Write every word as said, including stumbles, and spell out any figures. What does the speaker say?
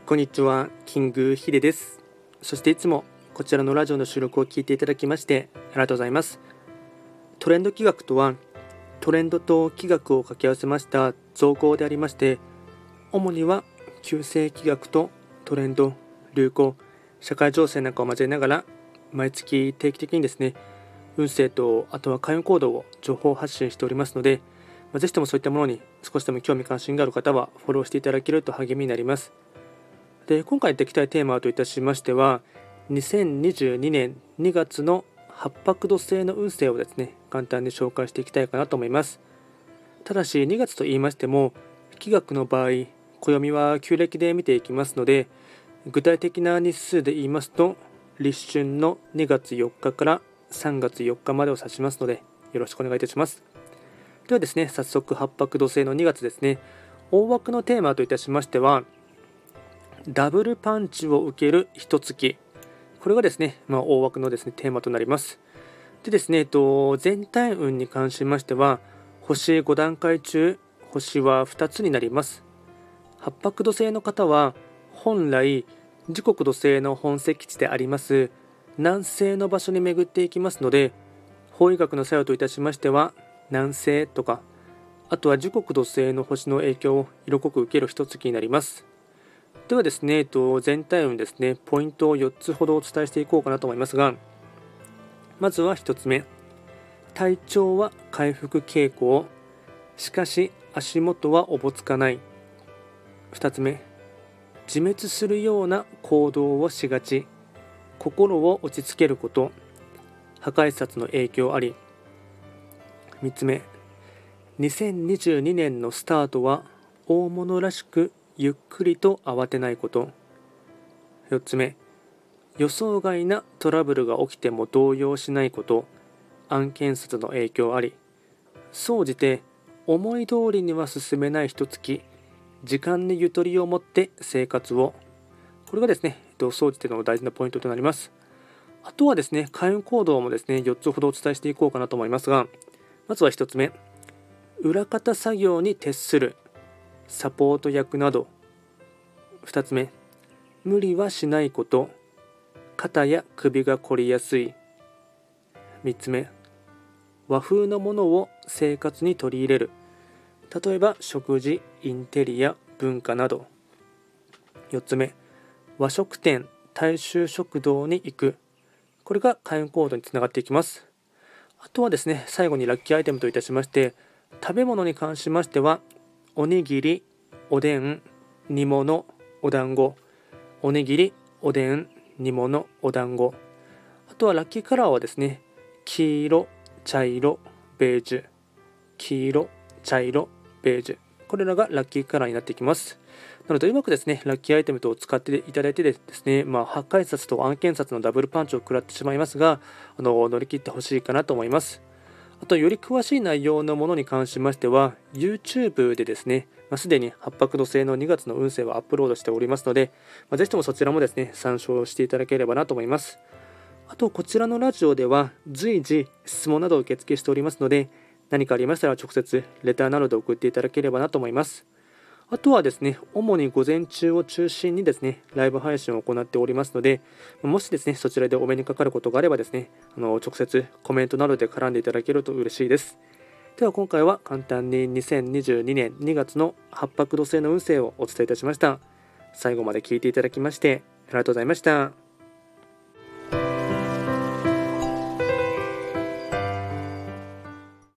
こんにちは、キングヒデです。そしていつもこちらのラジオの収録を聞いていただきましてありがとうございます。トレンド企画とは、トレンドと企画を掛け合わせました造語でありまして、主には旧世企画とトレンド、流行、社会情勢なんかを交えながら、毎月定期的にですね、運勢とあとは開運行動を情報発信しておりますので、ぜひともそういったものに少しでも興味関心がある方はフォローしていただけると励みになります。で、今回やっていきたいテーマといたしましては、にせんにじゅうにねんにがつの八白土星の運勢をですね、簡単に紹介していきたいかなと思います。ただしにがつと言いましても、気学の場合、暦は旧暦で見ていきますので、具体的な日数で言いますと、立春のにがつよっかからさんがつよっかまでを指しますので、よろしくお願いいたします。ではですね、早速八白土星のにがつですね、大枠のテーマといたしましては、ダブルパンチを受ける一月、これがですね、まあ、大枠のですねテーマとなります。でですね、えっと、全体運に関しましては、星ご段階中、星はふたつになります。八白土星の方は、本来、時刻土星の本石地であります南西の場所に巡っていきますので、法医学の作用といたしましては、南西とか、あとは時刻土星の星の影響を色濃く受ける一月になります。ではですね、全体運ですね、ポイントをよっつほどお伝えしていこうかなと思いますが、まずはひとつめ、体調は回復傾向、しかし足元はおぼつかない。ふたつめ、自滅するような行動をしがち、心を落ち着けること、破壊殺の影響あり。みっつめ、にせんにじゅうにねんのスタートは大物らしくゆっくりと慌てないこと。よっつめ、予想外なトラブルが起きても動揺しないこと、案件数の影響あり。総じて思い通りには進めない一月、時間にゆとりを持って生活を。これがですね、総じての大事なポイントとなります。あとはですね、開運行動もですね、よっつほどお伝えしていこうかなと思いますが、まずはひとつめ、裏方作業に徹する。サポート役など。ふたつめ、無理はしないこと、肩や首が凝りやすい。みっつめ、和風のものを生活に取り入れる、例えば食事、インテリア、文化など。よっつめ、和食店、大衆食堂に行く、これが開運行動につながっていきます。あとはですね、最後にラッキーアイテムといたしまして、食べ物に関しましては、おにぎり、おでん、煮物、お団子、おにぎり、おでん、煮物、お団子。あとはラッキーカラーはですね、黄色、茶色、ベージュ、黄色、茶色、ベージュ。これらがラッキーカラーになっていきます。なのでうまくですね、ラッキーアイテムと使っていただいてですね、まあ、破壊殺と案件殺のダブルパンチを食らってしまいますが、あの乗り切ってほしいかなと思います。あと、より詳しい内容のものに関しましては、YouTube でですね、まあ、すでに八白土星のにがつの運勢をアップロードしておりますので、まあ、ぜひともそちらもですね、参照していただければなと思います。あと、こちらのラジオでは随時質問などを受付しておりますので、何かありましたら直接レターなどで送っていただければなと思います。あとはですね、主に午前中を中心にですね、ライブ配信を行っておりますので、もしですね、そちらでお目にかかることがあればですね、あの直接コメントなどで絡んでいただけると嬉しいです。では今回は簡単ににせんにじゅうにねんにがつの八白土星の運勢をお伝えいたしました。最後まで聞いていただきましてありがとうございました。